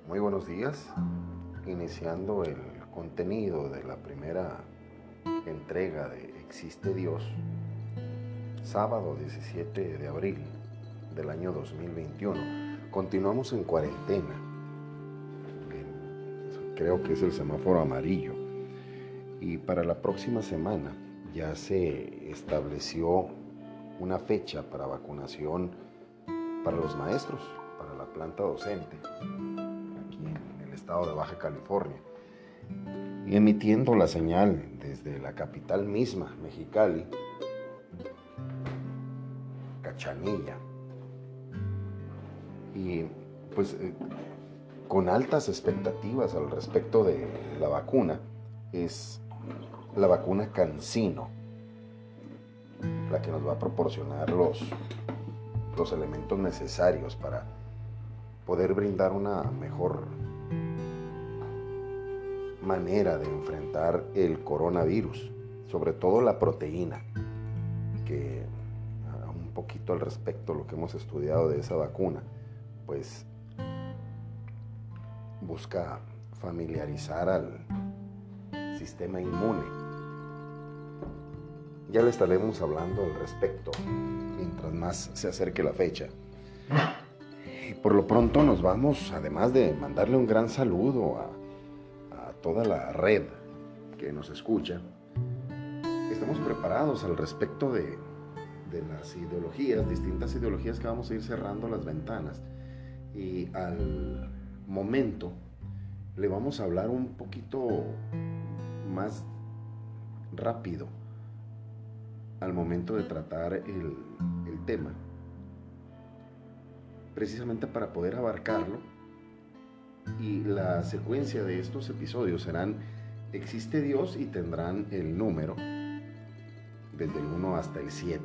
Muy buenos días, iniciando el contenido de la primera entrega de Existe Dios, sábado 17 de abril del año 2021. Continuamos en cuarentena, creo que es el semáforo amarillo, y para la próxima semana ya se estableció una fecha para vacunación para los maestros, para la planta docente, aquí en el estado de Baja California, y emitiendo la señal desde la capital misma, Mexicali, Cachanilla, y pues con altas expectativas al respecto de la vacuna, es la vacuna CanSino, la que nos va a proporcionar los elementos necesarios para poder brindar una mejor manera de enfrentar el coronavirus, sobre todo la proteína, que un poquito al respecto lo que hemos estudiado de esa vacuna, pues busca familiarizar al sistema inmune. Ya le estaremos hablando al respecto mientras más se acerque la fecha. Y por lo pronto nos vamos, además de mandarle un gran saludo a toda la red que nos escucha, estamos preparados al respecto de las ideologías, distintas ideologías que vamos a ir cerrando las ventanas, y al momento le vamos a hablar un poquito más rápido al momento de tratar el tema, precisamente para poder abarcarlo. Y la secuencia de estos episodios serán Existe Dios y tendrán el número desde el 1 hasta el 7.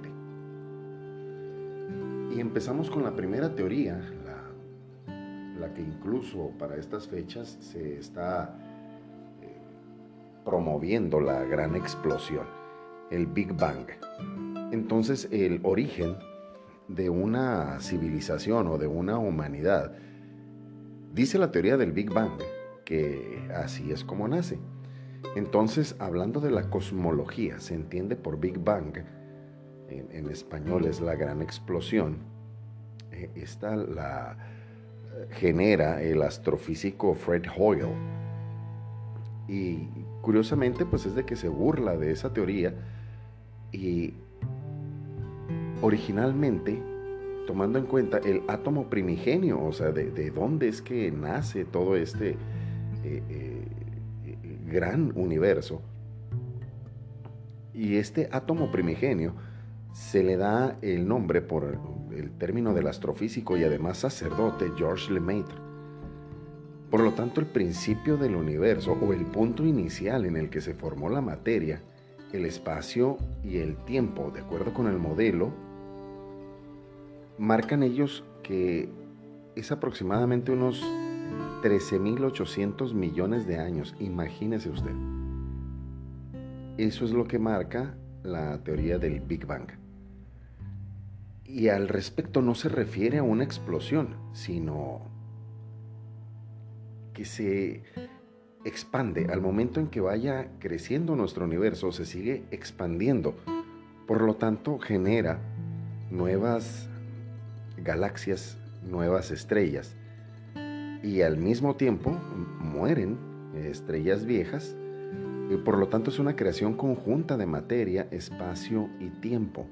Y empezamos con la primera teoría, la que incluso para estas fechas se está promoviendo la gran explosión, el Big Bang. Entonces, el origen de una civilización o de una humanidad, dice la teoría del Big Bang, que así es como nace. Entonces, hablando de la cosmología, se entiende por Big Bang, en español es la gran explosión. Esta la genera el astrofísico Fred Hoyle. Y curiosamente, pues es de que se burla de esa teoría, y originalmente tomando en cuenta el átomo primigenio, o sea, de dónde es que nace todo este gran universo. Y este átomo primigenio se le da el nombre por el término del astrofísico y además sacerdote Georges Lemaitre. Por lo tanto, el principio del universo, o el punto inicial en el que se formó la materia, el espacio y el tiempo, de acuerdo con el modelo, marcan ellos que es aproximadamente unos 13.800 millones de años. Imagínese usted. Eso es lo que marca la teoría del Big Bang. Y al respecto no se refiere a una explosión, sino que se expande al momento en que vaya creciendo nuestro universo, se sigue expandiendo. Por lo tanto, genera nuevas galaxias, nuevas estrellas, y al mismo tiempo mueren estrellas viejas, y por lo tanto es una creación conjunta de materia, espacio y tiempo.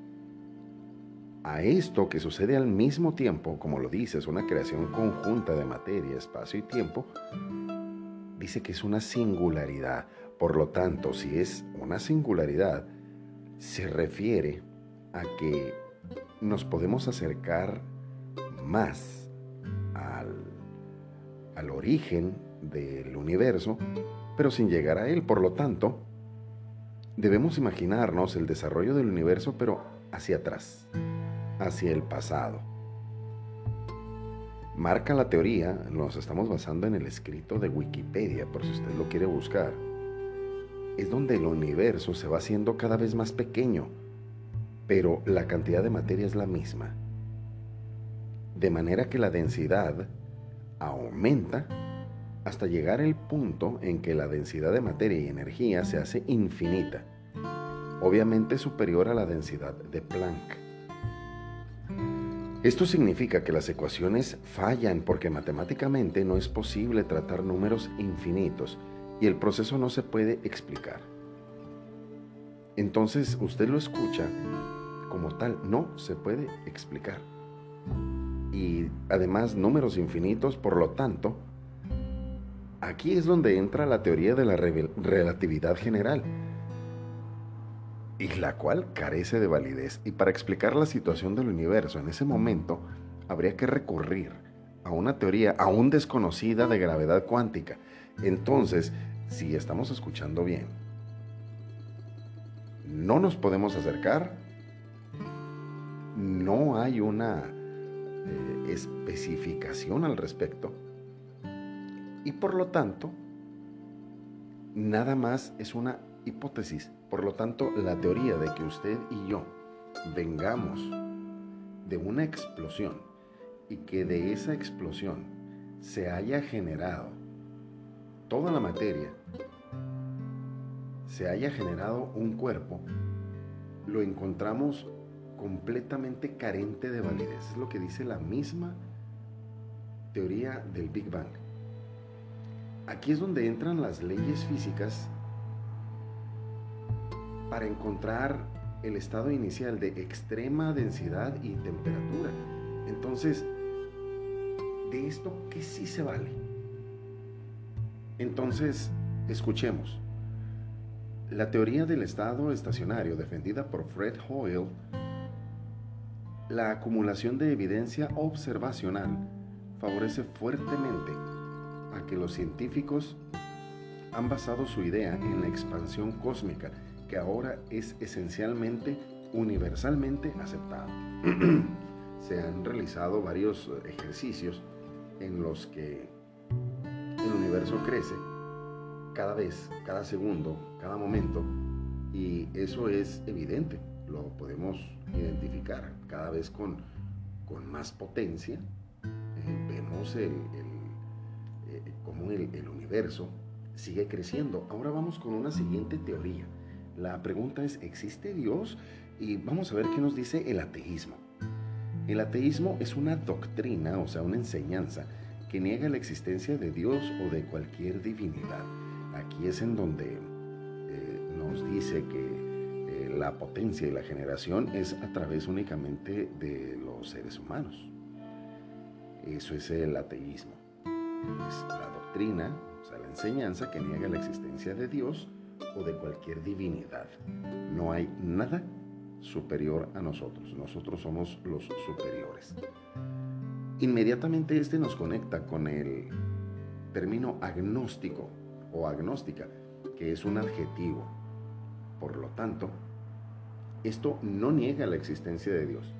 A esto que sucede al mismo tiempo, como lo dice, es una creación conjunta de materia, espacio y tiempo, dice que es una singularidad. Por lo tanto, si es una singularidad, se refiere a que nos podemos acercar más al origen del universo, pero sin llegar a él. Por lo tanto, debemos imaginarnos el desarrollo del universo, pero hacia atrás, hacia el pasado. Marca la teoría, nos estamos basando en el escrito de Wikipedia, por si usted lo quiere buscar, es donde el universo se va haciendo cada vez más pequeño, pero la cantidad de materia es la misma. De manera que la densidad aumenta hasta llegar al punto en que la densidad de materia y energía se hace infinita, obviamente superior a la densidad de Planck. Esto significa que las ecuaciones fallan porque matemáticamente no es posible tratar números infinitos y el proceso no se puede explicar. Entonces usted lo escucha como tal, no se puede explicar. Y además números infinitos, por lo tanto, aquí es donde entra la teoría de la relatividad general, y la cual carece de validez. Y para explicar la situación del universo en ese momento, habría que recurrir a una teoría aún desconocida de gravedad cuántica. Entonces, si estamos escuchando bien, no nos podemos acercar, no hay una especificación al respecto, y por lo tanto, nada más es una hipótesis. Por lo tanto, la teoría de que usted y yo vengamos de una explosión y que de esa explosión se haya generado toda la materia, se haya generado un cuerpo, lo encontramos completamente carente de validez. Es lo que dice la misma teoría del Big Bang. Aquí es donde entran las leyes físicas para encontrar el estado inicial de extrema densidad y temperatura. Entonces, de esto, ¿qué sí se vale? Entonces, escuchemos. La teoría del estado estacionario, defendida por Fred Hoyle, la acumulación de evidencia observacional favorece fuertemente a que los científicos han basado su idea en la expansión cósmica, que ahora es esencialmente universalmente aceptado. Se han realizado varios ejercicios en los que el universo crece cada vez, cada segundo, cada momento, y eso es evidente, lo podemos identificar cada vez con más potencia. Vemos cómo el universo sigue creciendo. Ahora vamos con una siguiente teoría. La pregunta es, ¿existe Dios? Y vamos a ver qué nos dice el ateísmo. El ateísmo es una doctrina, o sea, una enseñanza que niega la existencia de Dios o de cualquier divinidad. Aquí es en donde nos dice que la potencia y la generación es a través únicamente de los seres humanos. Eso es el ateísmo. Es la doctrina, o sea, la enseñanza que niega la existencia de Dios o de cualquier divinidad. No hay nada superior a nosotros. Nosotros somos los superiores. Inmediatamente este nos conecta con el término agnóstico o agnóstica, que es un adjetivo. Por lo tanto, esto no niega la existencia de Dios,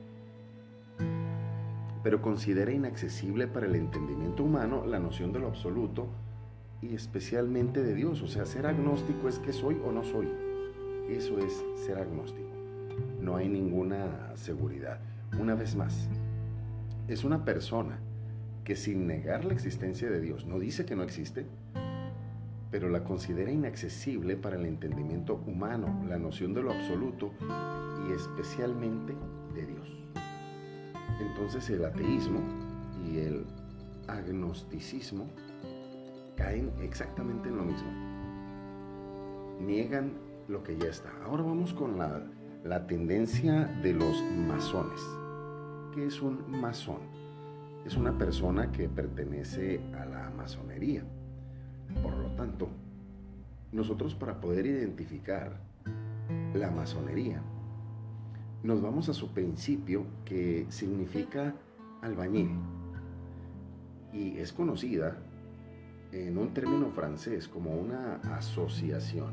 pero considera inaccesible para el entendimiento humano la noción de lo absoluto y especialmente de Dios. O sea, ser agnóstico es que soy o no soy. Eso es ser agnóstico. No hay ninguna seguridad. Una vez más, es una persona que sin negar la existencia de Dios, no dice que no existe, pero la considera inaccesible para el entendimiento humano, la noción de lo absoluto y especialmente de Dios. Entonces el ateísmo y el agnosticismo caen exactamente en lo mismo. Niegan lo que ya está. Ahora vamos con la tendencia de los masones. ¿Qué es un masón? Es una persona que pertenece a la masonería. Por lo tanto, nosotros para poder identificar la masonería, nos vamos a su principio, que significa albañil, y es conocida en un término francés como una asociación.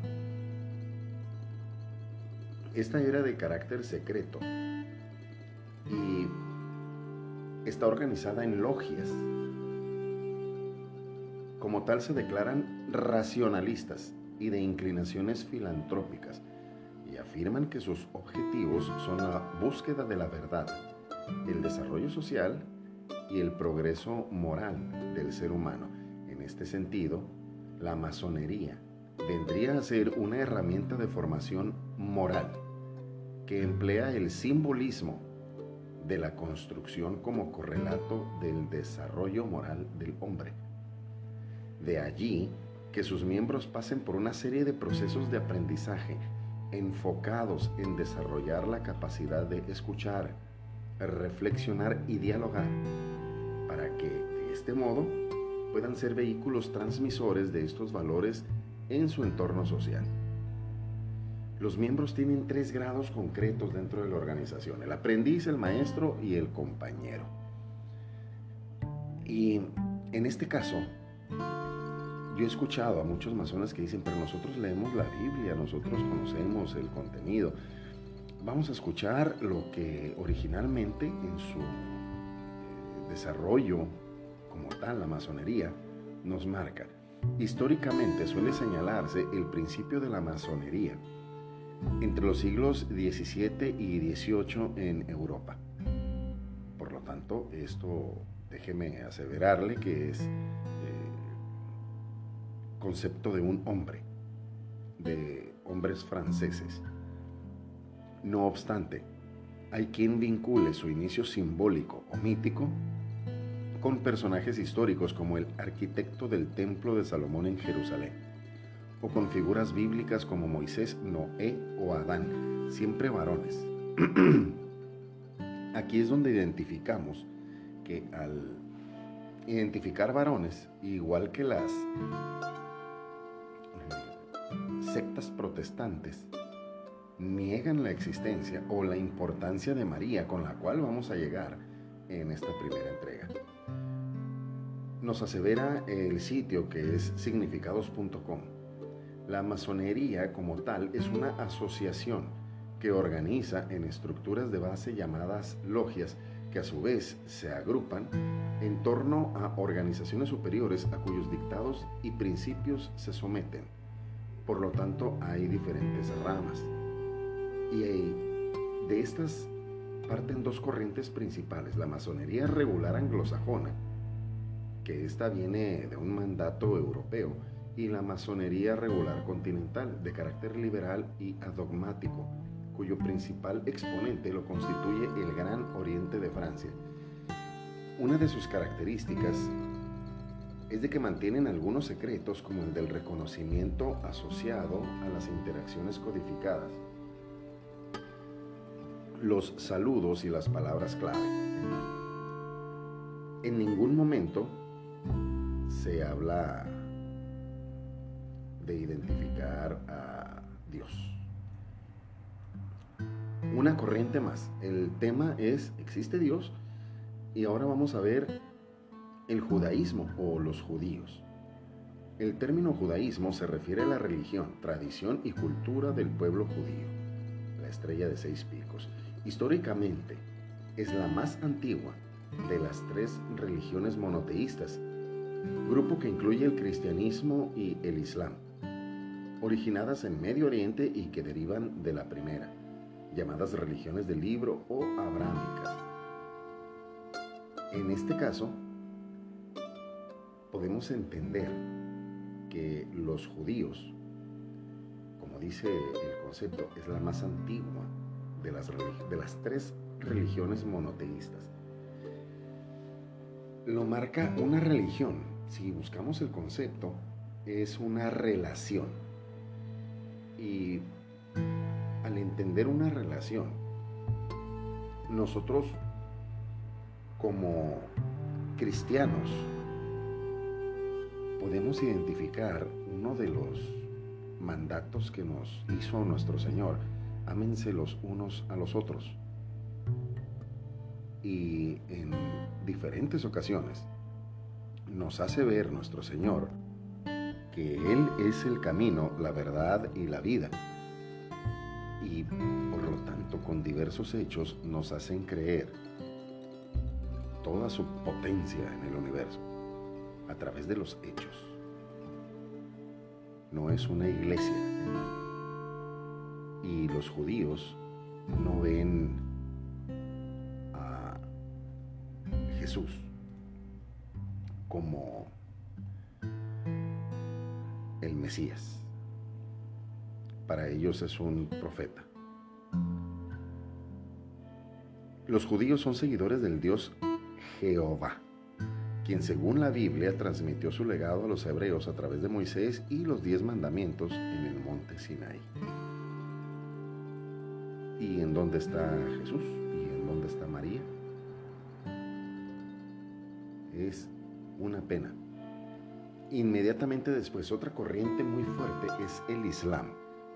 Esta era de carácter secreto y está organizada en logias. Como tal se declaran racionalistas y de inclinaciones filantrópicas y afirman que sus objetivos son la búsqueda de la verdad, el desarrollo social y el progreso moral del ser humano. En este sentido, la masonería vendría a ser una herramienta de formación moral que emplea el simbolismo de la construcción como correlato del desarrollo moral del hombre. De allí que sus miembros pasen por una serie de procesos de aprendizaje enfocados en desarrollar la capacidad de escuchar, reflexionar y dialogar, para que de este modo puedan ser vehículos transmisores de estos valores en su entorno social. Los miembros tienen 3 grados concretos dentro de la organización: el aprendiz, el maestro y el compañero. Y en este caso, yo he escuchado a muchos masones que dicen, pero nosotros leemos la Biblia, nosotros conocemos el contenido. Vamos a escuchar lo que originalmente en su desarrollo como tal, la masonería, nos marca. Históricamente suele señalarse el principio de la masonería entre los siglos XVII y XVIII en Europa. Por lo tanto, esto déjeme aseverarle que es concepto de un hombre, de hombres franceses. No obstante, hay quien vincule su inicio simbólico o mítico con personajes históricos como el arquitecto del Templo de Salomón en Jerusalén, o con figuras bíblicas como Moisés, Noé o Adán, siempre varones. Aquí es donde identificamos que al identificar varones, igual que las sectas protestantes, niegan la existencia o la importancia de María, con la cual vamos a llegar en esta primera entrega. Nos asevera el sitio que es significados.com. La masonería como tal es una asociación que organiza en estructuras de base llamadas logias, que a su vez se agrupan en torno a organizaciones superiores a cuyos dictados y principios se someten. Por lo tanto, hay diferentes ramas. Y de estas parten 2 corrientes principales: la masonería regular anglosajona, que esta viene de un mandato europeo, y la masonería regular continental, de carácter liberal y adogmático, cuyo principal exponente lo constituye el Gran Oriente de Francia. Una de sus características es de que mantienen algunos secretos, como el del reconocimiento asociado a las interacciones codificadas, los saludos y las palabras clave. En ningún momento se habla de identificar a Dios. Una corriente más. El tema es, ¿existe Dios? Y ahora vamos a ver el judaísmo o los judíos. El término judaísmo se refiere a la religión, tradición y cultura del pueblo judío, la estrella de 6 picos. Históricamente es la más antigua de las 3 religiones monoteístas, grupo que incluye el cristianismo y el islam, originadas en Medio Oriente y que derivan de la primera, llamadas religiones del libro o abrámicas. En este caso, podemos entender que los judíos, como dice el concepto, es la más antigua de las 3 religiones monoteístas. Lo marca una religión. Si buscamos el concepto, es una relación. Y al entender una relación, nosotros como cristianos podemos identificar uno de los mandatos que nos hizo nuestro Señor: ámense los unos a los otros. Y en diferentes ocasiones nos hace ver nuestro Señor que Él es el camino, la verdad y la vida. Y por lo tanto, con diversos hechos nos hacen creer toda su potencia en el universo a través de los hechos. No es una iglesia. Y los judíos no ven a Jesús como el Mesías. Para ellos es un profeta. Los judíos son seguidores del Dios Jehová, quien según la Biblia transmitió su legado a los hebreos a través de Moisés y los 10 mandamientos en el monte Sinaí. ¿Y en dónde está Jesús? ¿Y en dónde está María? Es una pena. Inmediatamente después, otra corriente muy fuerte es el Islam.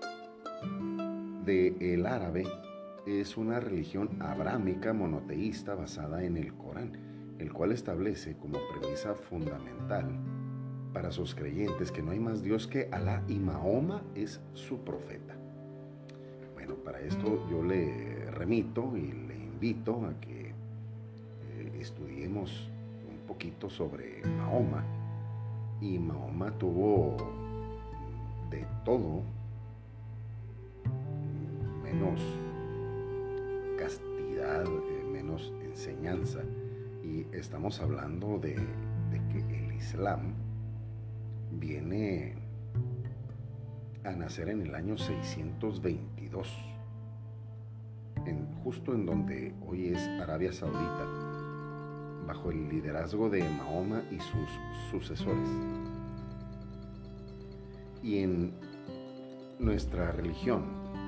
El árabe es una religión abrámica monoteísta basada en el Corán, el cual establece como premisa fundamental para sus creyentes que no hay más Dios que Alá y Mahoma es su profeta. Bueno, para esto yo le remito y le invito a que estudiemos un poquito sobre Mahoma. Y Mahoma tuvo de todo menos castidad, menos enseñanza. Y estamos hablando de que el Islam viene a nacer en el año 622, justo en donde hoy es Arabia Saudita, bajo el liderazgo de Mahoma y sus sucesores. Y en nuestra religión,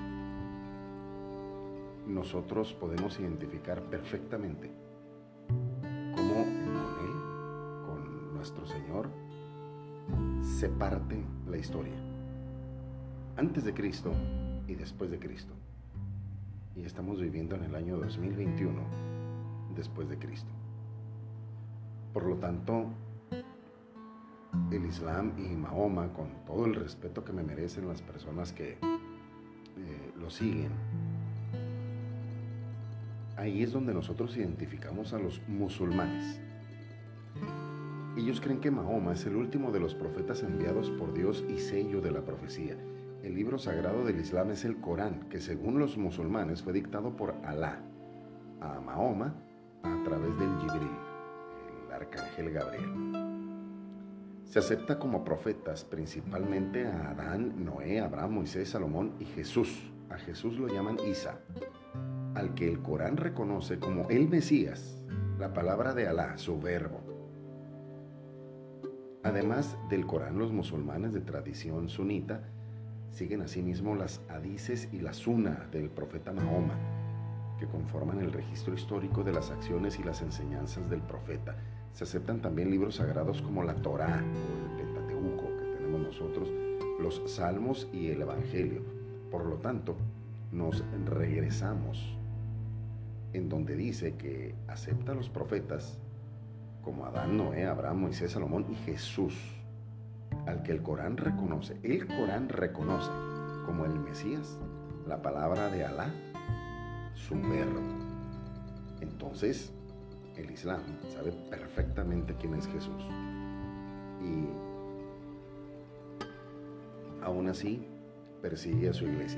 nosotros podemos identificar perfectamente cómo con Él, con nuestro Señor, se parte la historia, antes de Cristo y después de Cristo. Y estamos viviendo en el año 2021 después de Cristo. Por lo tanto, el Islam y Mahoma, con todo el respeto que me merecen las personas que lo siguen, ahí es donde nosotros identificamos a los musulmanes. Ellos creen que Mahoma es el último de los profetas enviados por Dios y sello de la profecía. El libro sagrado del Islam es el Corán, que según los musulmanes fue dictado por Alá a Mahoma a través del Jibril, el arcángel Gabriel. Se acepta como profetas principalmente a Adán, Noé, Abraham, Moisés, Salomón y Jesús. A Jesús lo llaman Isa, al que el Corán reconoce como el Mesías, la palabra de Alá, su verbo. Además del Corán, los musulmanes de tradición sunita siguen asimismo las hadices y la suna del profeta Mahoma, que conforman el registro histórico de las acciones y las enseñanzas del profeta. Se aceptan también libros sagrados como la Torá o el Pentateuco que tenemos nosotros, los Salmos y el Evangelio. Por lo tanto, nos regresamos en donde dice que acepta a los profetas como Adán, Noé, Abraham, Moisés, Salomón y Jesús, al que el Corán reconoce como el Mesías, la palabra de Alá, su verbo. Entonces, el Islam sabe perfectamente quién es Jesús. Y aún así, persigue a su iglesia.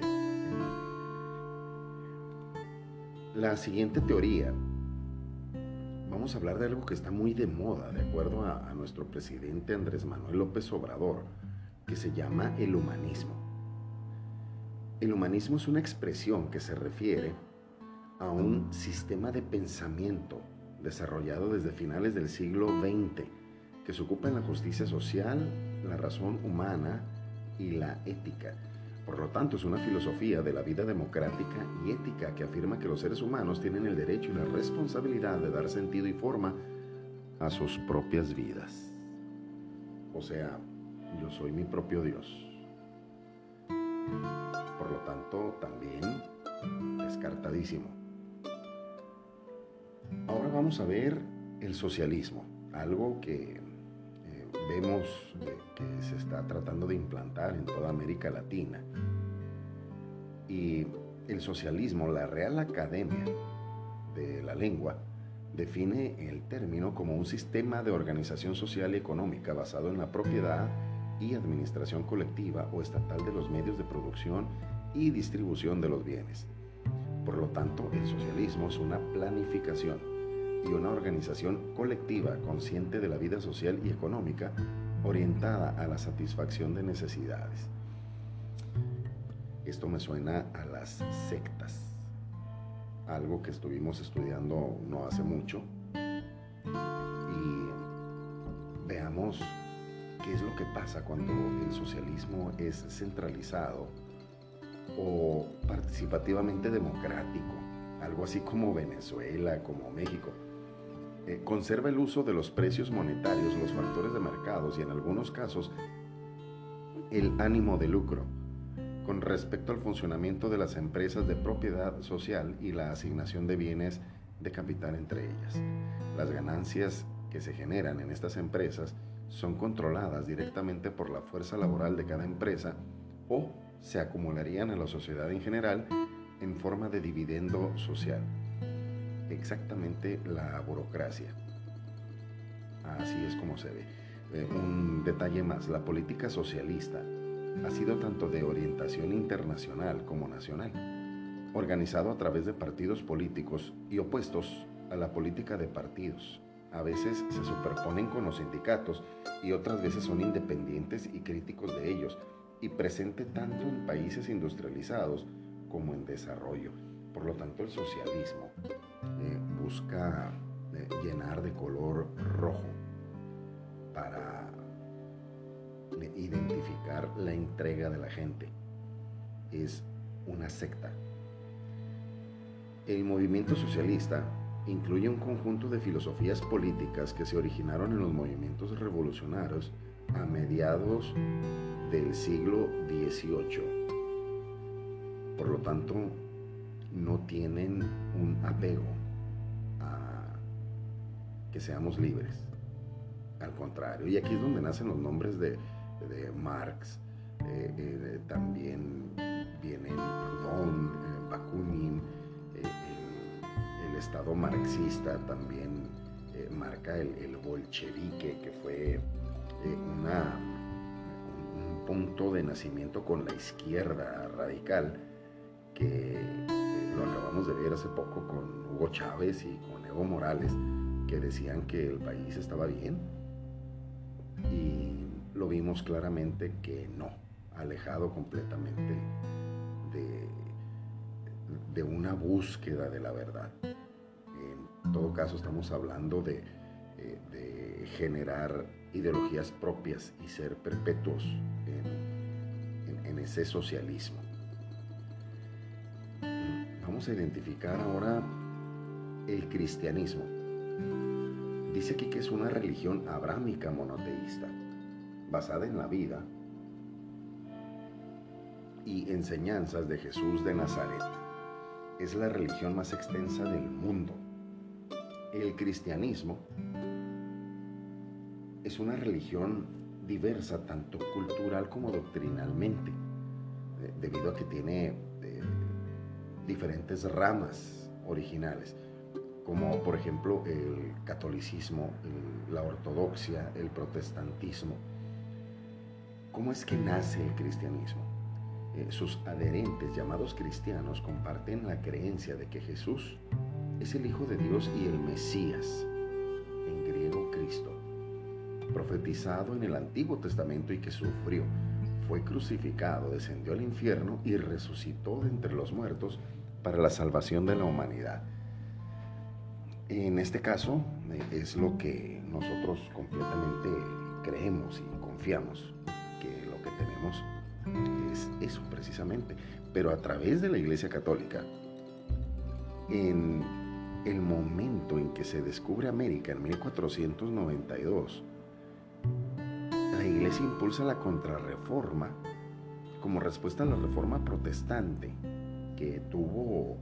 La siguiente teoría, vamos a hablar de algo que está muy de moda, de acuerdo a nuestro presidente Andrés Manuel López Obrador, que se llama el humanismo. El humanismo es una expresión que se refiere a un sistema de pensamiento desarrollado desde finales del siglo XX, que se ocupa en la justicia social, la razón humana y la ética. Por lo tanto, es una filosofía de la vida democrática y ética que afirma que los seres humanos tienen el derecho y la responsabilidad de dar sentido y forma a sus propias vidas. O sea, yo soy mi propio Dios. Por lo tanto, también descartadísimo. Ahora vamos a ver el socialismo, algo que vemos que se está tratando de implantar en toda América Latina. Y el socialismo, la Real Academia de la Lengua, define el término como un sistema de organización social y económica basado en la propiedad y administración colectiva o estatal de los medios de producción y distribución de los bienes. Por lo tanto, el socialismo es una planificación y una organización colectiva consciente de la vida social y económica orientada a la satisfacción de necesidades. Esto me suena a las sectas, algo que estuvimos estudiando no hace mucho, y veamos qué es lo que pasa cuando el socialismo es centralizado o participativamente democrático, algo así como Venezuela, como México. Conserva el uso de los precios monetarios, los factores de mercados y en algunos casos el ánimo de lucro con respecto al funcionamiento de las empresas de propiedad social y la asignación de bienes de capital entre ellas. Las ganancias que se generan en estas empresas son controladas directamente por la fuerza laboral de cada empresa o se acumularían a la sociedad en general en forma de dividendo social. Exactamente la burocracia. Así es como se ve. Un detalle más, la política socialista ha sido tanto de orientación internacional como nacional, organizado a través de partidos políticos y opuestos a la política de partidos. A veces se superponen con los sindicatos y otras veces son independientes y críticos de ellos, y presente tanto en países industrializados como en desarrollo. Por lo tanto, el socialismo busca llenar de color rojo para identificar la entrega de la gente. Es una secta. El movimiento socialista incluye un conjunto de filosofías políticas que se originaron en los movimientos revolucionarios a mediados del siglo XVIII. Por lo tanto, no tienen un apego a que seamos libres. Al contrario, y aquí es donde nacen los nombres de Marx, también vienen Proudhon, Bakunin, el Estado marxista también marca el bolchevique, que fue un punto de nacimiento con la izquierda radical, que lo acabamos de ver hace poco con Hugo Chávez y con Evo Morales, que decían que el país estaba bien, y lo vimos claramente que no, alejado completamente de una búsqueda de la verdad. En todo caso, estamos hablando de generar ideologías propias y ser perpetuos en ese socialismo. Vamos a identificar ahora el cristianismo. Dice aquí que es una religión abrámica monoteísta, basada en la vida y enseñanzas de Jesús de Nazaret. Es la religión más extensa del mundo. El cristianismo es una religión diversa, tanto cultural como doctrinalmente, debido a que tiene diferentes ramas originales, como por ejemplo el catolicismo, la ortodoxia, el protestantismo. ¿Cómo es que nace el cristianismo? Sus adherentes, llamados cristianos, comparten la creencia de que Jesús es el Hijo de Dios y el Mesías, en griego Cristo, profetizado en el Antiguo Testamento y que sufrió, fue crucificado, descendió al infierno y resucitó de entre los muertos para la salvación de la humanidad. En este caso es lo que nosotros completamente creemos y confiamos, que lo que tenemos es eso precisamente. Pero a través de la Iglesia Católica, en el momento en que se descubre América, en 1492, la Iglesia impulsa la Contrarreforma como respuesta a la Reforma Protestante que tuvo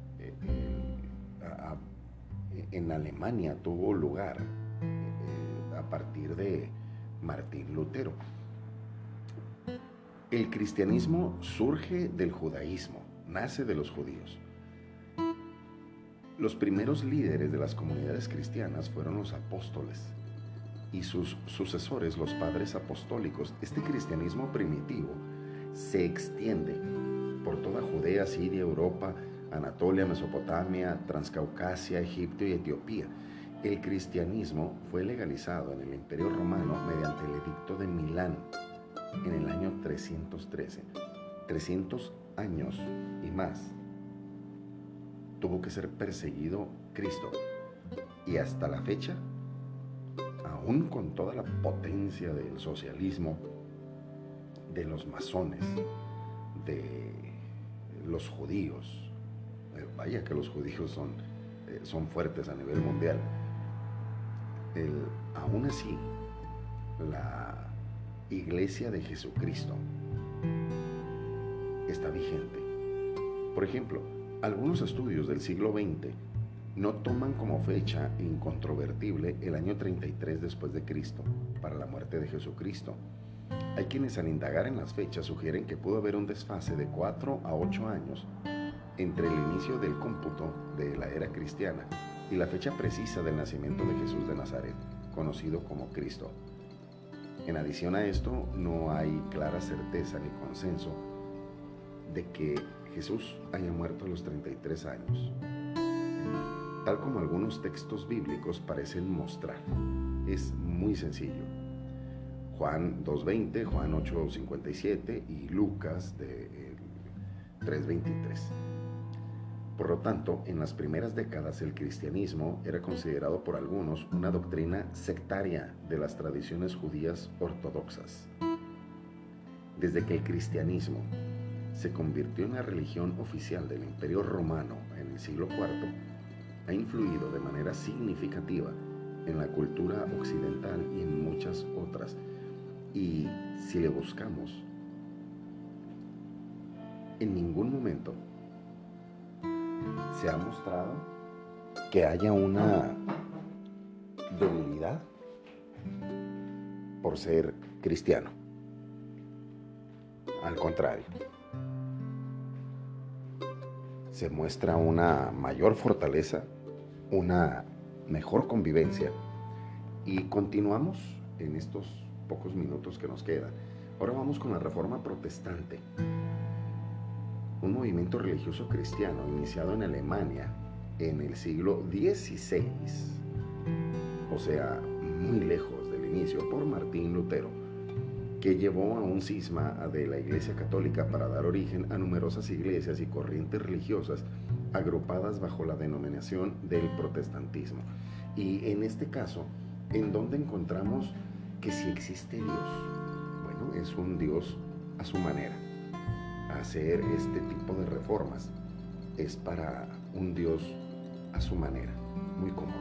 en Alemania, tuvo lugar a partir de Martín Lutero. El cristianismo surge del judaísmo, nace de los judíos. Los primeros líderes de las comunidades cristianas fueron los apóstoles y sus sucesores, los padres apostólicos. Este cristianismo primitivo se extiende por toda Judea, Siria, Europa, Anatolia, Mesopotamia, Transcaucasia, Egipto y Etiopía. El cristianismo fue legalizado en el Imperio Romano mediante el Edicto de Milán en el año 313. 300 años y más tuvo que ser perseguido Cristo. Y hasta la fecha, aún con toda la potencia del socialismo, de los masones, de los judíos, vaya que los judíos son fuertes a nivel mundial, aún así, la Iglesia de Jesucristo está vigente. Por ejemplo, algunos estudios del siglo XX no toman como fecha incontrovertible el año 33 después de Cristo para la muerte de Jesucristo. Hay quienes al indagar en las fechas sugieren que pudo haber un desfase de 4 a 8 años entre el inicio del cómputo de la era cristiana y la fecha precisa del nacimiento de Jesús de Nazaret, conocido como Cristo. En adición a esto, no hay clara certeza ni consenso de que Jesús haya muerto a los 33 años, tal como algunos textos bíblicos parecen mostrar. Es muy sencillo. Juan 2:20, Juan 8:57 y Lucas 3:23. Por lo tanto, en las primeras décadas el cristianismo era considerado por algunos una doctrina sectaria de las tradiciones judías ortodoxas. Desde que el cristianismo se convirtió en la religión oficial del Imperio Romano en el siglo IV, ha influido de manera significativa en la cultura occidental y en muchas otras. Y si le buscamos, en ningún momento se ha mostrado que haya una debilidad por ser cristiano. Al contrario, se muestra una mayor fortaleza, una mejor convivencia. Y continuamos en estos pocos minutos que nos quedan. Ahora vamos con la Reforma Protestante, un movimiento religioso cristiano iniciado en Alemania en el siglo XVI, o sea, muy lejos del inicio, por Martín Lutero, que llevó a un cisma de la Iglesia Católica para dar origen a numerosas iglesias y corrientes religiosas agrupadas bajo la denominación del protestantismo. Y en este caso, ¿en dónde encontramos que si existe Dios? Bueno, es un Dios a su manera. Hacer este tipo de reformas es para un Dios a su manera, muy cómodo.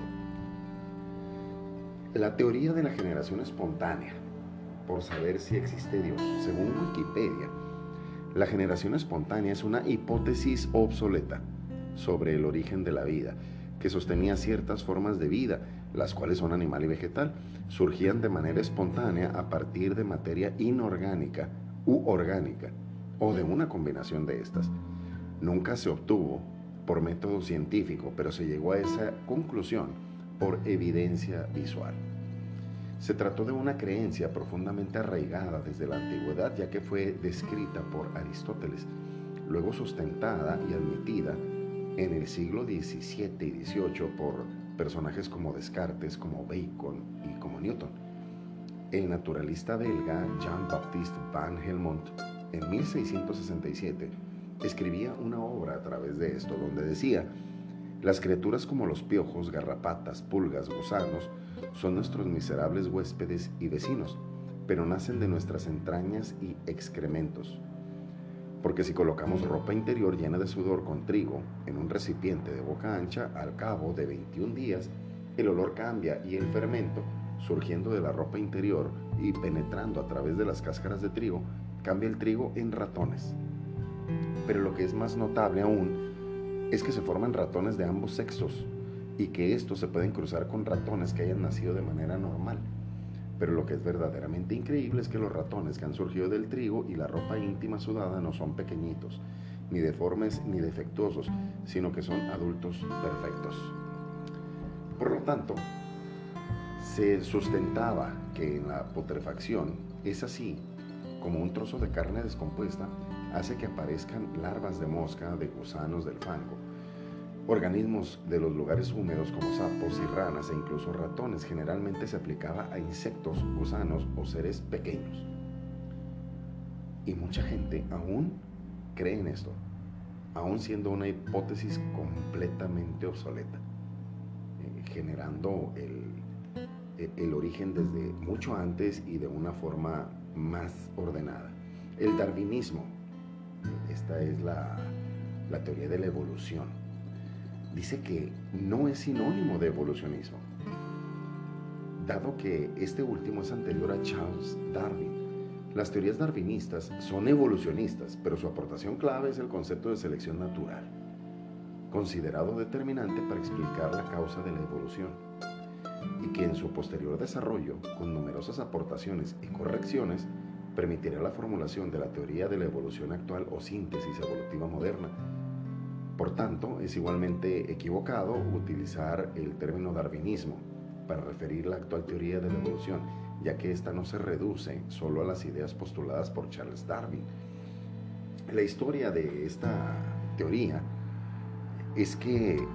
La teoría de la generación espontánea, por saber si existe Dios. Según Wikipedia, la generación espontánea es una hipótesis obsoleta sobre el origen de la vida, que sostenía ciertas formas de vida, las cuales son animal y vegetal, surgían de manera espontánea a partir de materia inorgánica u orgánica, o de una combinación de estas. Nunca se obtuvo por método científico, pero se llegó a esa conclusión por evidencia visual. Se trató de una creencia profundamente arraigada desde la antigüedad, ya que fue descrita por Aristóteles, luego sustentada y admitida en el siglo XVII y XVIII por personajes como Descartes, como Bacon y como Newton. El naturalista belga Jean-Baptiste van Helmont, en 1667, escribía una obra a través de esto, donde decía: las criaturas como los piojos, garrapatas, pulgas, gusanos, son nuestros miserables huéspedes y vecinos, pero nacen de nuestras entrañas y excrementos. Porque si colocamos ropa interior llena de sudor con trigo en un recipiente de boca ancha, al cabo de 21 días, el olor cambia y el fermento, surgiendo de la ropa interior y penetrando a través de las cáscaras de trigo, cambia el trigo en ratones. Pero lo que es más notable aún es que se forman ratones de ambos sexos y que estos se pueden cruzar con ratones que hayan nacido de manera normal. Pero lo que es verdaderamente increíble es que los ratones que han surgido del trigo y la ropa íntima sudada no son pequeñitos, ni deformes ni defectuosos, sino que son adultos perfectos. Por lo tanto, se sustentaba que en la putrefacción es así como un trozo de carne descompuesta hace que aparezcan larvas de mosca, de gusanos del fango, organismos de los lugares húmedos como sapos y ranas e incluso ratones. Generalmente se aplicaba a insectos, gusanos o seres pequeños. Y mucha gente aún cree en esto, aún siendo una hipótesis completamente obsoleta, generando el origen desde mucho antes y de una forma más ordenada. El darwinismo, esta es la teoría de la evolución, dice que no es sinónimo de evolucionismo, dado que este último es anterior a Charles Darwin. Las teorías darwinistas son evolucionistas, pero su aportación clave es el concepto de selección natural, considerado determinante para explicar la causa de la evolución, y que en su posterior desarrollo, con numerosas aportaciones y correcciones, permitirá la formulación de la teoría de la evolución actual o síntesis evolutiva moderna. Por tanto, es igualmente equivocado utilizar el término darwinismo para referir la actual teoría de la evolución, ya que ésta no se reduce solo a las ideas postuladas por Charles Darwin. La historia de esta teoría es que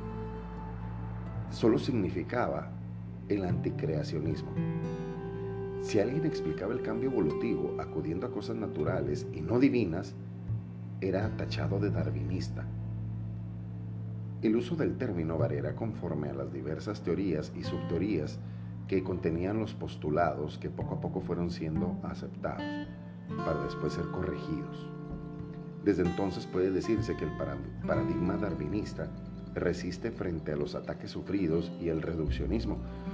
solo significaba el anticreacionismo. Si alguien explicaba el cambio evolutivo acudiendo a cosas naturales y no divinas, era tachado de darwinista. El uso del término variará conforme a las diversas teorías y subteorías que contenían los postulados que poco a poco fueron siendo aceptados para después ser corregidos. Desde entonces puede decirse que el paradigma darwinista resiste frente a los ataques sufridos y el reduccionismo.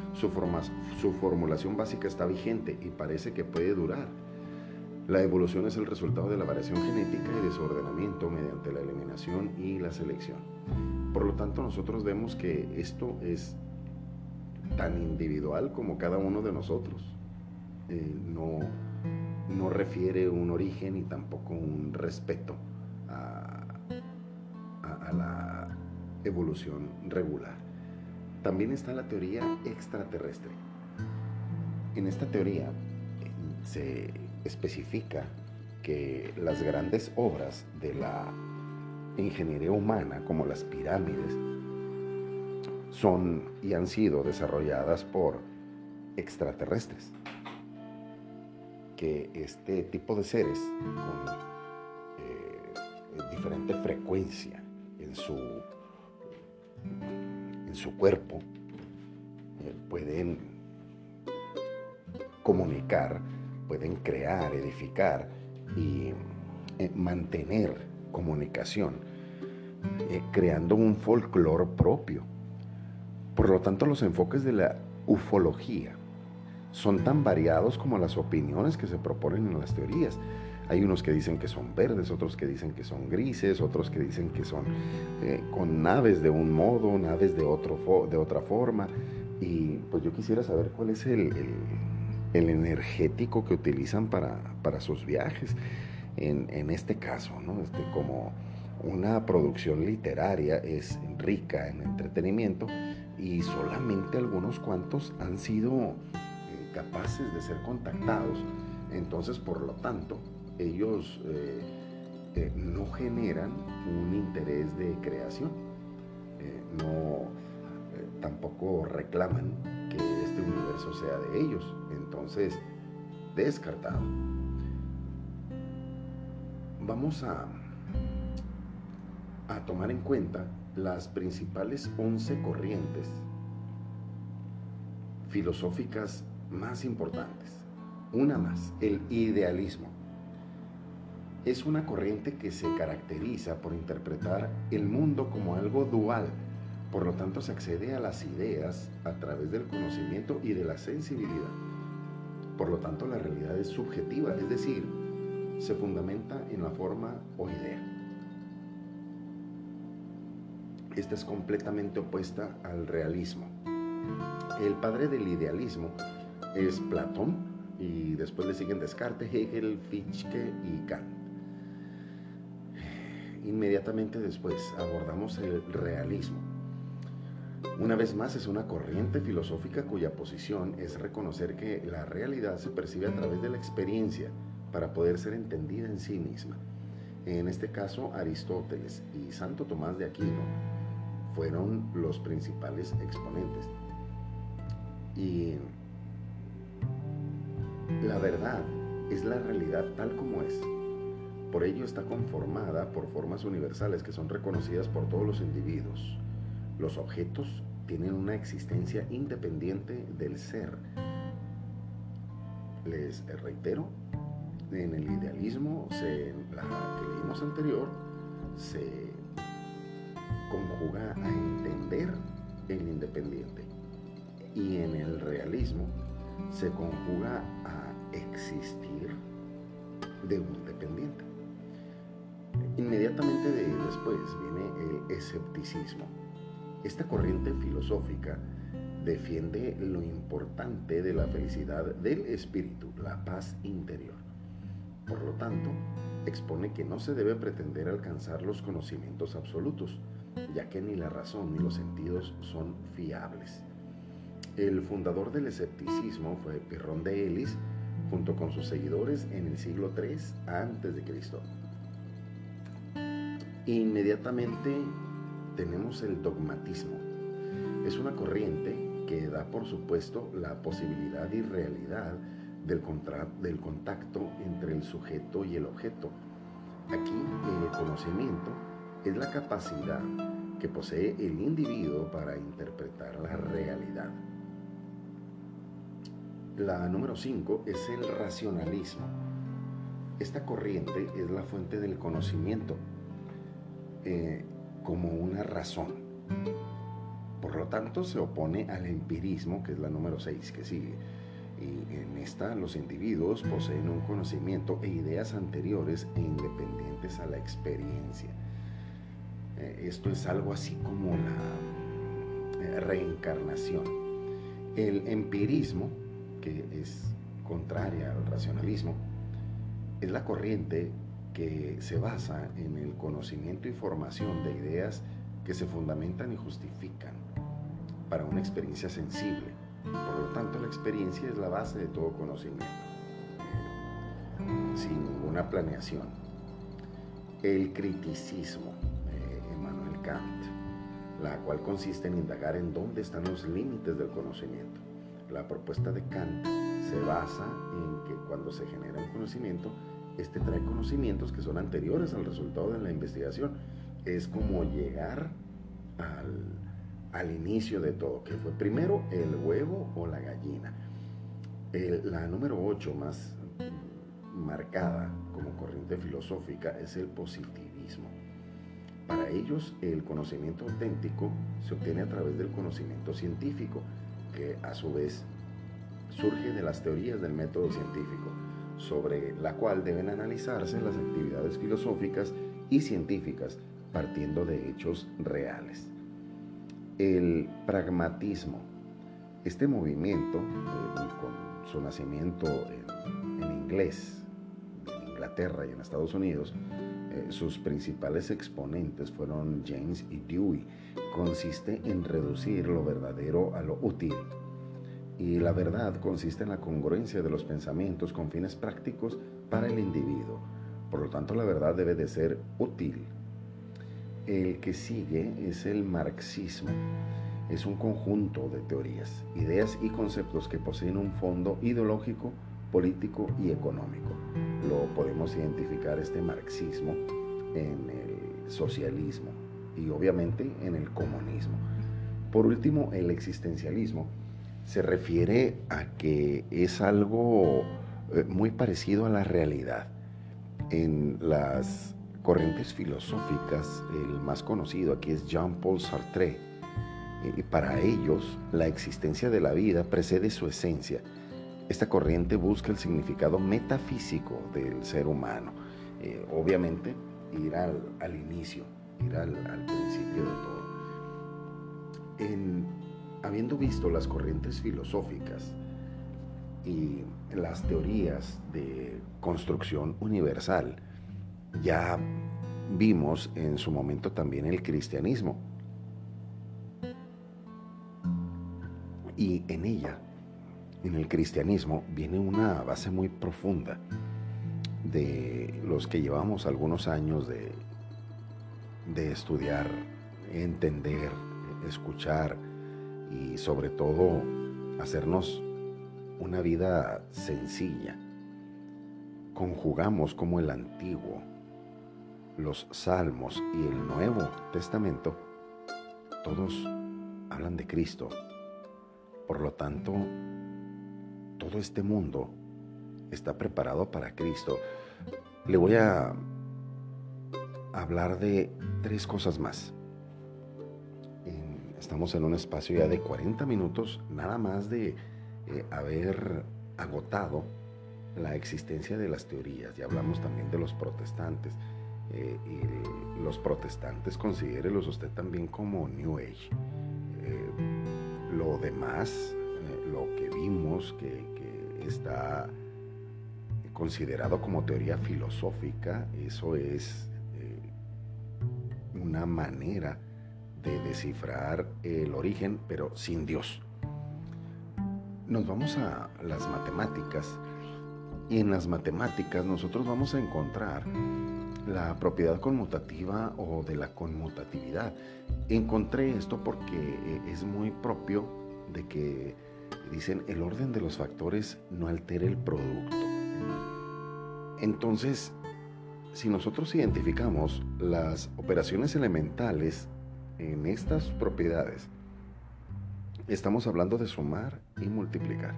Su formulación básica está vigente y parece que puede durar. La evolución es el resultado de la variación genética y de su ordenamiento mediante la eliminación y la selección. Por lo tanto, nosotros vemos que esto es tan individual como cada uno de nosotros. No refiere un origen y tampoco un respeto a la evolución regular. También está la teoría extraterrestre. En esta teoría se especifica que las grandes obras de la ingeniería humana, como las pirámides, son y han sido desarrolladas por extraterrestres, que este tipo de seres con diferente frecuencia en su cuerpo pueden comunicar, pueden crear, edificar y mantener comunicación, creando un folclore propio. Por lo tanto, los enfoques de la ufología son tan variados como las opiniones que se proponen en las teorías. Hay unos que dicen que son verdes, otros que dicen que son grises, otros que dicen que son con naves de un modo, naves de otra forma. Y pues yo quisiera saber cuál es el energético que utilizan para sus viajes. En este caso, ¿no? Como una producción literaria es rica en entretenimiento y solamente algunos cuantos han sido capaces de ser contactados. Entonces, por lo tanto, ellos no generan un interés de creación, tampoco reclaman que este universo sea de ellos. Entonces, descartado. Vamos a tomar en cuenta las principales 11 corrientes filosóficas más importantes. Una más, el idealismo. Es una corriente que se caracteriza por interpretar el mundo como algo dual. Por lo tanto, se accede a las ideas a través del conocimiento y de la sensibilidad. Por lo tanto, la realidad es subjetiva, es decir, se fundamenta en la forma o idea. Esta es completamente opuesta al realismo. El padre del idealismo es Platón, y después le siguen Descartes, Hegel, Fichte y Kant. Inmediatamente después abordamos el realismo. Una vez más, es una corriente filosófica cuya posición es reconocer que la realidad se percibe a través de la experiencia para poder ser entendida en sí misma. En este caso, Aristóteles y Santo Tomás de Aquino fueron los principales exponentes. Y la verdad es la realidad tal como es. Por ello está conformada por formas universales que son reconocidas por todos los individuos. Los objetos tienen una existencia independiente del ser. Les reitero, en el idealismo, la que leímos anterior, se conjuga a entender el independiente, y en el realismo se conjuga a existir de un dependiente. Inmediatamente después viene el escepticismo. Esta corriente filosófica defiende lo importante de la felicidad del espíritu, la paz interior. Por lo tanto, expone que no se debe pretender alcanzar los conocimientos absolutos, ya que ni la razón ni los sentidos son fiables. El fundador del escepticismo fue Pirrón de Elis, junto con sus seguidores en el siglo III a.C. Inmediatamente tenemos el dogmatismo. Es una corriente que da por supuesto la posibilidad y realidad del contacto entre el sujeto y el objeto. Aquí el conocimiento es la capacidad que posee el individuo para interpretar la realidad. La número 5 es el racionalismo. Esta corriente es la fuente del conocimiento como una razón. Por lo tanto, se opone al empirismo, que es la número 6 que sigue. Y en esta, los individuos poseen un conocimiento e ideas anteriores e independientes a la experiencia. Esto es algo así como la reencarnación. El empirismo, que es contraria al racionalismo, es la corriente que se basa en el conocimiento y formación de ideas que se fundamentan y justifican para una experiencia sensible. Por lo tanto, la experiencia es la base de todo conocimiento, sin ninguna planeación. El criticismo, Immanuel Kant, la cual consiste en indagar en dónde están los límites del conocimiento. La propuesta de Kant se basa en que cuando se genera un conocimiento, este trae conocimientos que son anteriores al resultado de la investigación. Es como llegar al inicio de todo, que fue primero el huevo o la gallina. La número 8 más marcada como corriente filosófica es el positivismo. Para ellos, el conocimiento auténtico se obtiene a través del conocimiento científico, que a su vez surge de las teorías del método científico, sobre la cual deben analizarse las actividades filosóficas y científicas partiendo de hechos reales. El pragmatismo. Este movimiento, con su nacimiento en inglés, en Inglaterra y en Estados Unidos, sus principales exponentes fueron James y Dewey. Consiste en reducir lo verdadero a lo útil. Y la verdad consiste en la congruencia de los pensamientos con fines prácticos para el individuo. Por lo tanto, la verdad debe de ser útil. El que sigue es el marxismo. Es un conjunto de teorías, ideas y conceptos que poseen un fondo ideológico, político y económico. Lo podemos identificar este marxismo en el socialismo y obviamente en el comunismo. Por último, el existencialismo se refiere a que es algo muy parecido a la realidad. En las corrientes filosóficas, el más conocido aquí es Jean-Paul Sartre. Y para ellos, la existencia de la vida precede su esencia. Esta corriente busca el significado metafísico del ser humano. Obviamente, ir al inicio, ir al principio de todo. Habiendo visto las corrientes filosóficas y las teorías de construcción universal, ya vimos en su momento también el cristianismo. Y en ella, en el cristianismo, viene una base muy profunda. de los que llevamos algunos años de estudiar, entender, escuchar y sobre todo hacernos una vida sencilla, conjugamos como el Antiguo, los Salmos y el Nuevo Testamento, todos hablan de Cristo. Por lo tanto, todo este mundo está preparado para Cristo. Le voy a hablar de 3 cosas más. Estamos en un espacio ya de 40 minutos, nada más de haber agotado la existencia de las teorías. Ya hablamos también de los protestantes. Y los protestantes, considérelos usted también como New Age. Lo demás, lo que vimos que está considerado como teoría filosófica, eso es una manera de descifrar el origen, pero sin Dios. Nos vamos a las matemáticas, y en las matemáticas nosotros vamos a encontrar la propiedad conmutativa o de la conmutatividad. Encontré esto porque es muy propio de que dicen el orden de los factores no altera el producto. Entonces, si nosotros identificamos las operaciones elementales en estas propiedades, estamos hablando de sumar y multiplicar.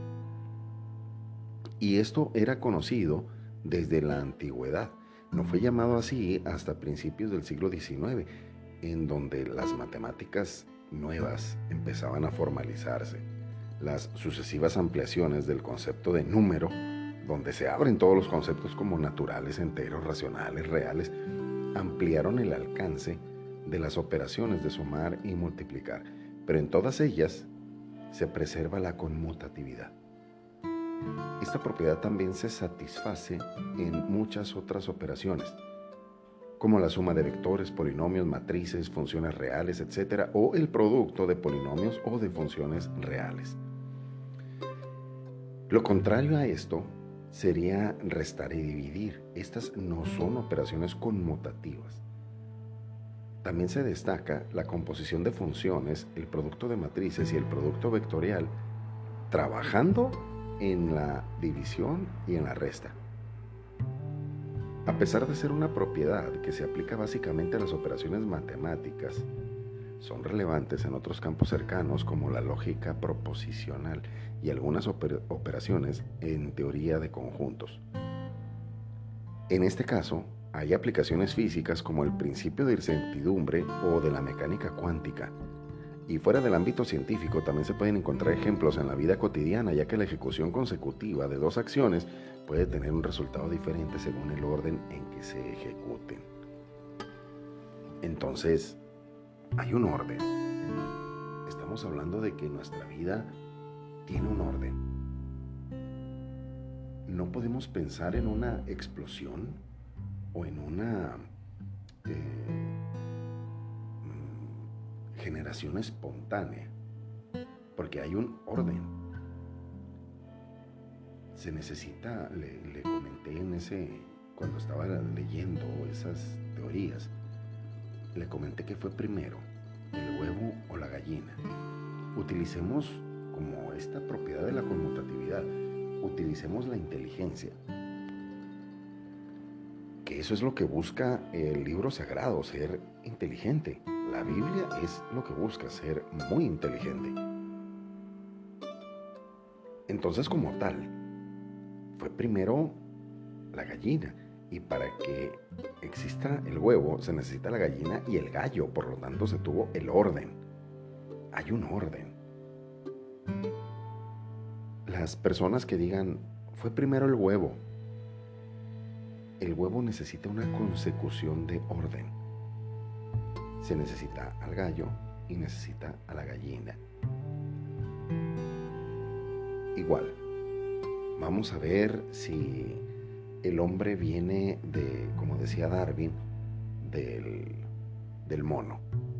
Y esto era conocido desde la antigüedad. No fue llamado así hasta principios del siglo XIX, en donde las matemáticas nuevas empezaban a formalizarse. Las sucesivas ampliaciones del concepto de número, donde se abren todos los conceptos como naturales, enteros, racionales, reales, ampliaron el alcance de las operaciones de sumar y multiplicar, pero en todas ellas se preserva la conmutatividad. Esta propiedad también se satisface en muchas otras operaciones, como la suma de vectores, polinomios, matrices, funciones reales, etc., o el producto de polinomios o de funciones reales. Lo contrario a esto sería restar y dividir. Estas no son operaciones conmutativas. También se destaca la composición de funciones, el producto de matrices y el producto vectorial, trabajando en la división y en la resta. A pesar de ser una propiedad que se aplica básicamente a las operaciones matemáticas, son relevantes en otros campos cercanos como la lógica proposicional y algunas operaciones en teoría de conjuntos. En este caso, hay aplicaciones físicas como el principio de incertidumbre o de la mecánica cuántica. Y fuera del ámbito científico también se pueden encontrar ejemplos en la vida cotidiana, ya que la ejecución consecutiva de 2 acciones puede tener un resultado diferente según el orden en que se ejecuten. Entonces, hay un orden. Estamos hablando de que nuestra vida tiene un orden. No podemos pensar en una explosión o en una generación espontánea, porque hay un orden. Se necesita, le comenté cuando estaba leyendo esas teorías, le comenté que fue primero el huevo o la gallina. Utilicemos como esta propiedad de la conmutatividad, utilicemos la inteligencia, que eso es lo que busca el libro sagrado, ser inteligente. La Biblia es lo que busca, ser muy inteligente. Entonces, como tal, fue primero la gallina, y para que exista el huevo se necesita la gallina y el gallo, por lo tanto se tuvo el orden. Hay un orden. Las personas que digan, fue primero el huevo necesita una consecución de orden. Se necesita al gallo y necesita a la gallina. Igual, vamos a ver si el hombre viene de, como decía Darwin, del mono.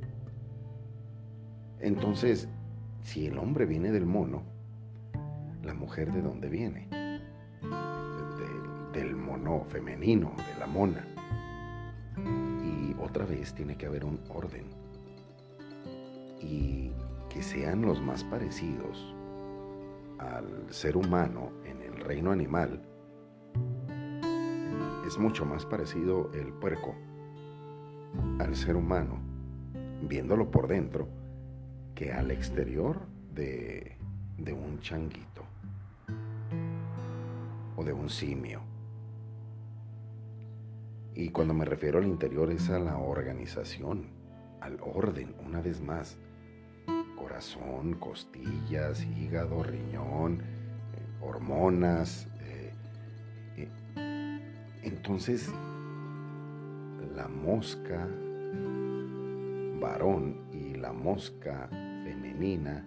Entonces, si el hombre viene del mono, ¿la mujer de dónde viene? del mono femenino, de la mona. Y otra vez tiene que haber un orden. Y que sean los más parecidos al ser humano en el reino animal. Es mucho más parecido el puerco al ser humano, viéndolo por dentro, que al exterior de un changuito o de un simio. Y cuando me refiero al interior es a la organización, al orden, una vez más. Corazón, costillas, hígado, riñón, hormonas. Entonces, la mosca varón y la mosca femenina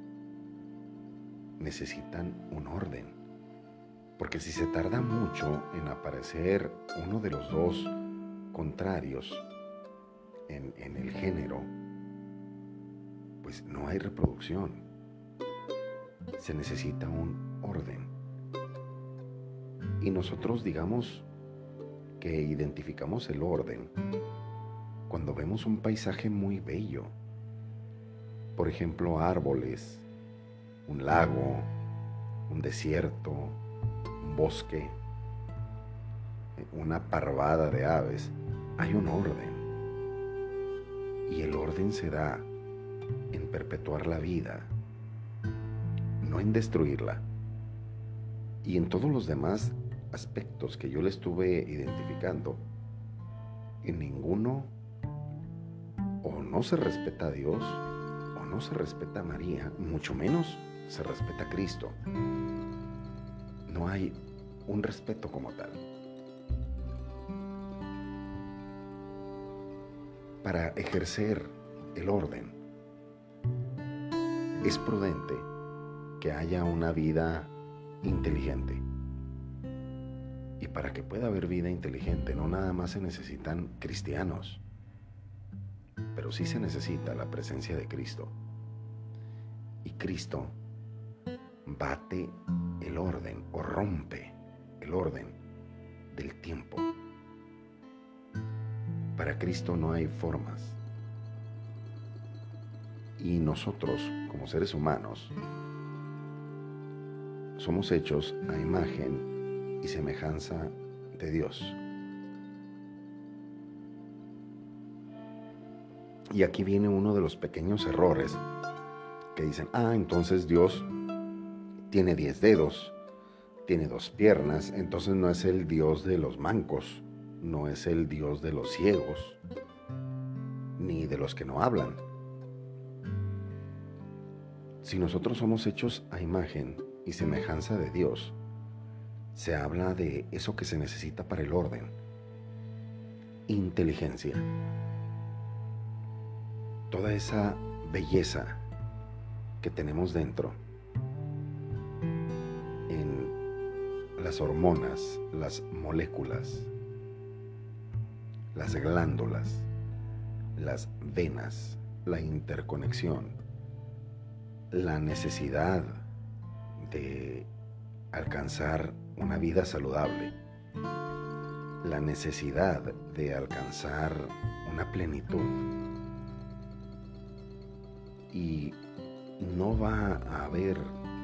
necesitan un orden. Porque si se tarda mucho en aparecer uno de los dos contrarios en el género, pues no hay reproducción. Se necesita un orden. Y nosotros digamos que identificamos el orden cuando vemos un paisaje muy bello. Por ejemplo, árboles, un lago, un desierto, un bosque, una parvada de aves. Hay un orden. Y el orden se da en perpetuar la vida, no en destruirla. Y en todos los demás aspectos que yo le estuve identificando, en ninguno o no se respeta a Dios o no se respeta a María, mucho menos se respeta a Cristo. No hay un respeto como tal. Para ejercer el orden, es prudente que haya una vida inteligente. Y para que pueda haber vida inteligente, no nada más se necesitan cristianos, pero sí se necesita la presencia de Cristo. Y Cristo bate el orden o rompe el orden del tiempo. Para Cristo no hay formas. Y nosotros, como seres humanos, somos hechos a imagen y semejanza de Dios. Y aquí viene uno de los pequeños errores que dicen, entonces Dios tiene 10 dedos, tiene 2 piernas, entonces no es el Dios de los mancos, no es el Dios de los ciegos, ni de los que no hablan. Si nosotros somos hechos a imagen y semejanza de Dios, se habla de eso que se necesita para el orden. Inteligencia. Toda esa belleza que tenemos dentro, en las hormonas, las moléculas, las glándulas, las venas, la interconexión, la necesidad de alcanzar una vida saludable, la necesidad de alcanzar una plenitud. Y no va a haber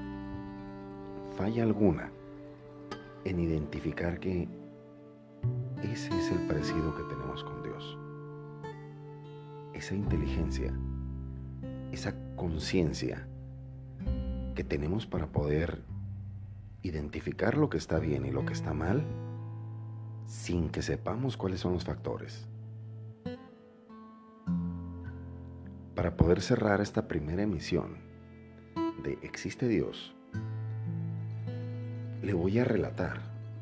falla alguna en identificar que ese es el parecido que tenemos con Dios. Esa inteligencia, esa conciencia que tenemos para poder identificar lo que está bien y lo que está mal sin que sepamos cuáles son los factores. Para poder cerrar esta primera emisión de ¿Existe Dios?, le voy a relatar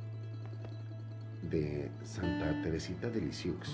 de Santa Teresita de Lisieux.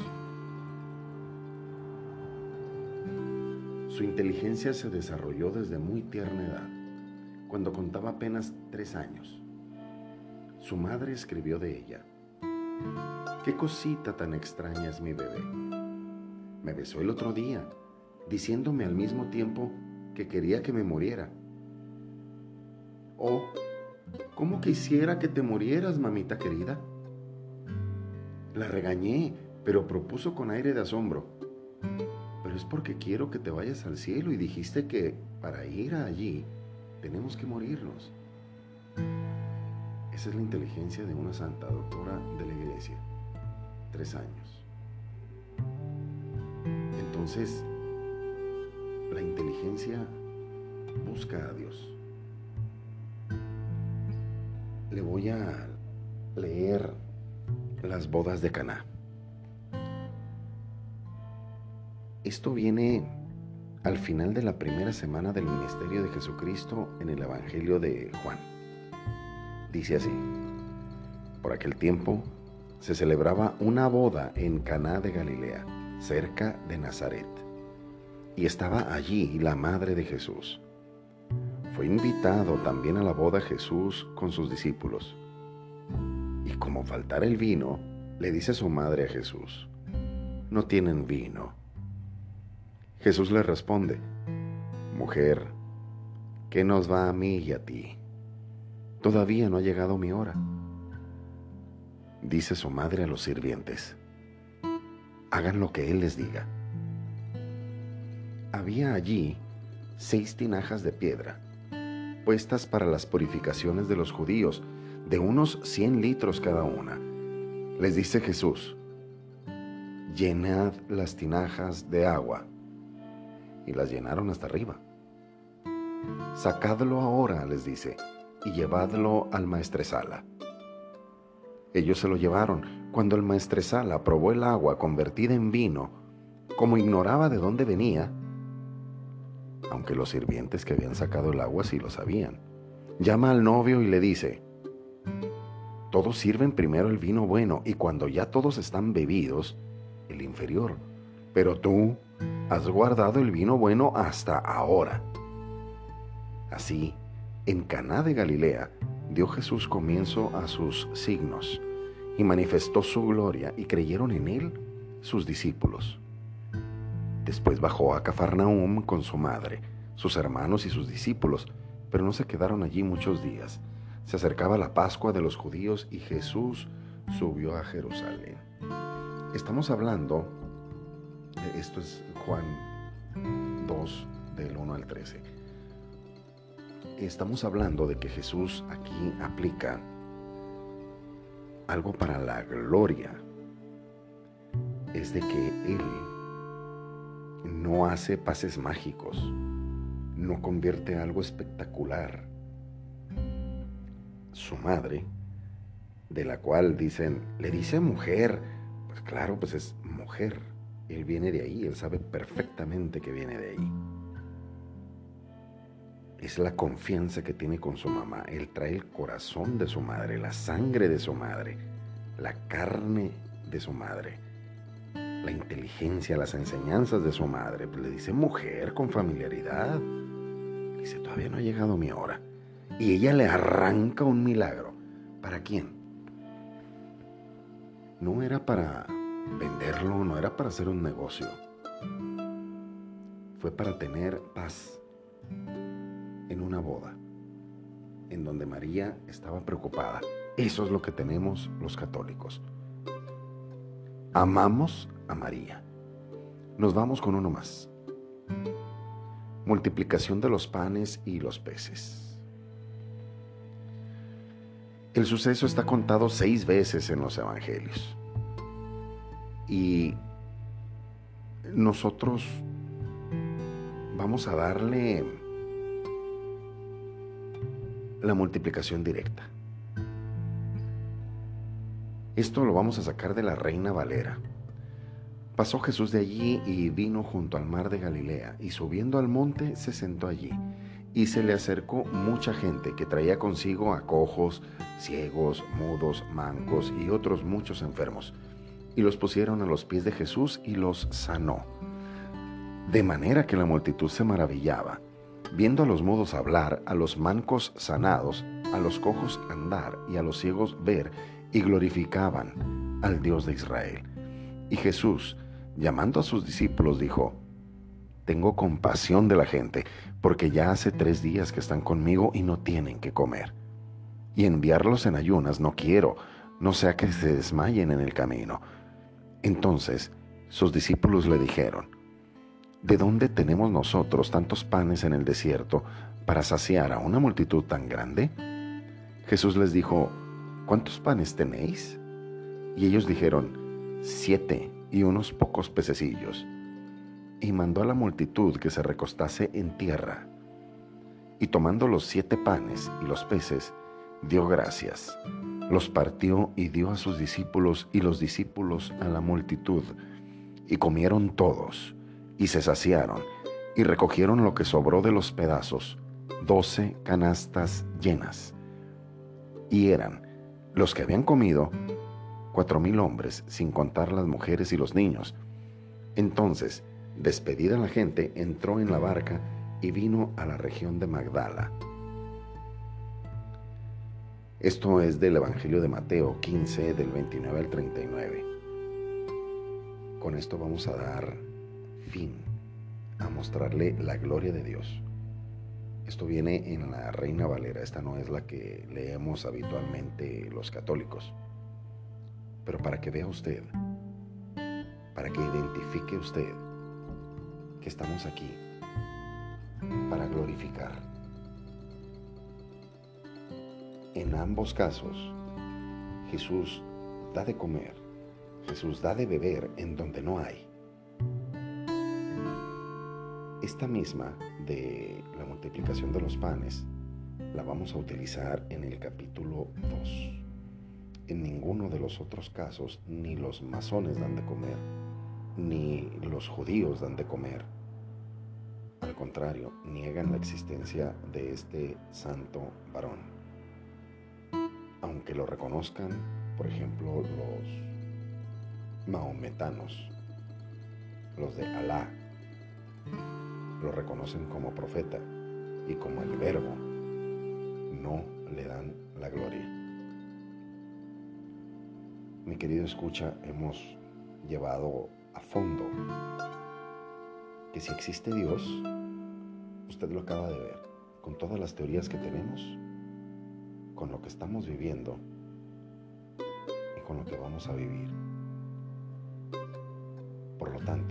Su inteligencia se desarrolló desde muy tierna edad, cuando contaba apenas 3 años. Su madre escribió de ella: «Qué cosita tan extraña es mi bebé. Me besó el otro día, diciéndome al mismo tiempo que quería que me muriera. Oh, ¿Cómo quisiera que te murieras, mamita querida? La regañé, pero propuso con aire de asombro. Pero es porque quiero que te vayas al cielo y dijiste que para ir allí tenemos que morirnos. Esa es la inteligencia de una santa doctora de la iglesia. 3 años. Entonces, la inteligencia busca a Dios. Le voy a leer las bodas de Caná. Esto viene al final de la primera semana del ministerio de Jesucristo en el Evangelio de Juan. Dice así: por aquel tiempo se celebraba una boda en Caná de Galilea, cerca de Nazaret, y estaba allí la madre de Jesús. Fue invitado también a la boda Jesús con sus discípulos. Y como faltara el vino, le dice su madre a Jesús: no tienen vino. Jesús le responde: mujer, ¿qué nos va a mí y a ti? Todavía no ha llegado mi hora. Dice su madre a los sirvientes: hagan lo que él les diga. Había allí 6 tinajas de piedra, puestas para las purificaciones de los judíos, de unos 100 litros cada una. Les dice Jesús: llenad las tinajas de agua. Y las llenaron hasta arriba. Sacadlo ahora, les dice, y llevadlo al maestresala. Ellos se lo llevaron. Cuando el maestresala probó el agua convertida en vino, como ignoraba de dónde venía, aunque los sirvientes que habían sacado el agua sí lo sabían, llama al novio y le dice: todos sirven primero el vino bueno, y cuando ya todos están bebidos, el inferior. Pero tú has guardado el vino bueno hasta ahora. Así, en Caná de Galilea, dio Jesús comienzo a sus signos y manifestó su gloria, y creyeron en él sus discípulos. Después bajó a Cafarnaúm con su madre, sus hermanos y sus discípulos, pero no se quedaron allí muchos días. Se acercaba la Pascua de los judíos y Jesús subió a Jerusalén. Estamos hablando, esto es Juan 2, del 1 al 13. Estamos hablando de que Jesús aquí aplica algo para la gloria. Es de que Él no hace pases mágicos, no convierte algo espectacular. Su madre, de la cual le dice mujer, pues claro, pues es mujer. Él viene de ahí, él sabe perfectamente que viene de ahí. Es la confianza que tiene con su mamá. Él trae el corazón de su madre, la sangre de su madre, la carne de su madre, la inteligencia, las enseñanzas de su madre. Pues le dice mujer con familiaridad. Le dice: todavía no ha llegado mi hora. Y ella le arranca un milagro. ¿Para quién? No era para venderlo, no era para hacer un negocio. Fue para tener paz en una boda en donde María estaba preocupada. Eso es lo que tenemos los católicos. Amamos a María. Nos vamos con uno más. Multiplicación de los panes y los peces. El suceso está contado 6 veces en los evangelios. Y nosotros vamos a darle la multiplicación directa. Esto lo vamos a sacar de la Reina Valera. Pasó Jesús de allí y vino junto al mar de Galilea, y subiendo al monte se sentó allí. Y se le acercó mucha gente que traía consigo a cojos, ciegos, mudos, mancos y otros muchos enfermos. Y los pusieron a los pies de Jesús y los sanó. De manera que la multitud se maravillaba, viendo a los mudos hablar, a los mancos sanados, a los cojos andar y a los ciegos ver, y glorificaban al Dios de Israel. Y Jesús, llamando a sus discípulos, dijo: tengo compasión de la gente, porque ya hace 3 días que están conmigo y no tienen que comer. y enviarlos en ayunas no quiero, no sea que se desmayen en el camino. Entonces sus discípulos le dijeron: ¿de dónde tenemos nosotros tantos panes en el desierto para saciar a una multitud tan grande? Jesús les dijo: ¿cuántos panes tenéis? Y ellos dijeron: 7 y unos pocos pececillos. Y mandó a la multitud que se recostase en tierra. Y tomando los 7 panes y los peces, dio gracias, los partió y dio a sus discípulos, y los discípulos a la multitud. Y comieron todos, y se saciaron, y recogieron lo que sobró de los pedazos, 12 canastas llenas. Y eran los que habían comido 4,000 hombres, sin contar las mujeres y los niños. Entonces, despedida la gente, entró en la barca y vino a la región de Magdala. Esto es del Evangelio de Mateo 15, del 29 al 39. Con esto vamos a dar fin a mostrarle la gloria de Dios. Esto viene en la Reina Valera, esta no es la que leemos habitualmente los católicos. Pero para que vea usted, para que identifique usted que estamos aquí para glorificar. En ambos casos, Jesús da de comer, Jesús da de beber en donde no hay. Esta misma de la multiplicación de los panes la vamos a utilizar en el capítulo 2. En ninguno de los otros casos, ni los masones dan de comer, ni los judíos dan de comer. Al contrario, niegan la existencia de este santo varón. Aunque lo reconozcan, por ejemplo, los mahometanos, los de Alá, lo reconocen como profeta y como el verbo, no le dan la gloria. Mi querido escucha, hemos llevado a fondo que si existe Dios, usted lo acaba de ver, con todas las teorías que tenemos, con lo que estamos viviendo y con lo que vamos a vivir. Por lo tanto,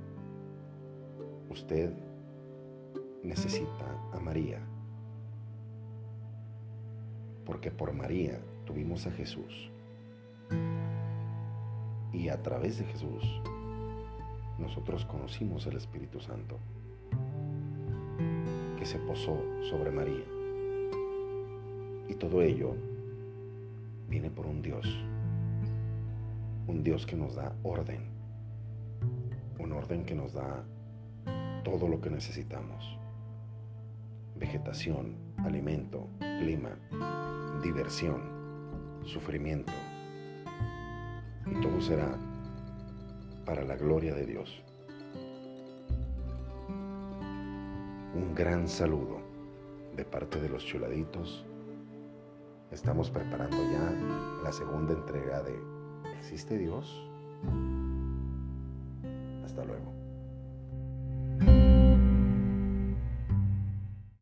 usted necesita a María, porque por María tuvimos a Jesús. Y a través de Jesús, nosotros conocimos el Espíritu Santo, que se posó sobre María. Y todo ello viene por un Dios que nos da orden, un orden que nos da todo lo que necesitamos: vegetación, alimento, clima, diversión, sufrimiento. Y todo será para la gloria de Dios. Un gran saludo de parte de los chuladitos. Estamos preparando ya la segunda entrega de ¿Existe Dios? Hasta luego.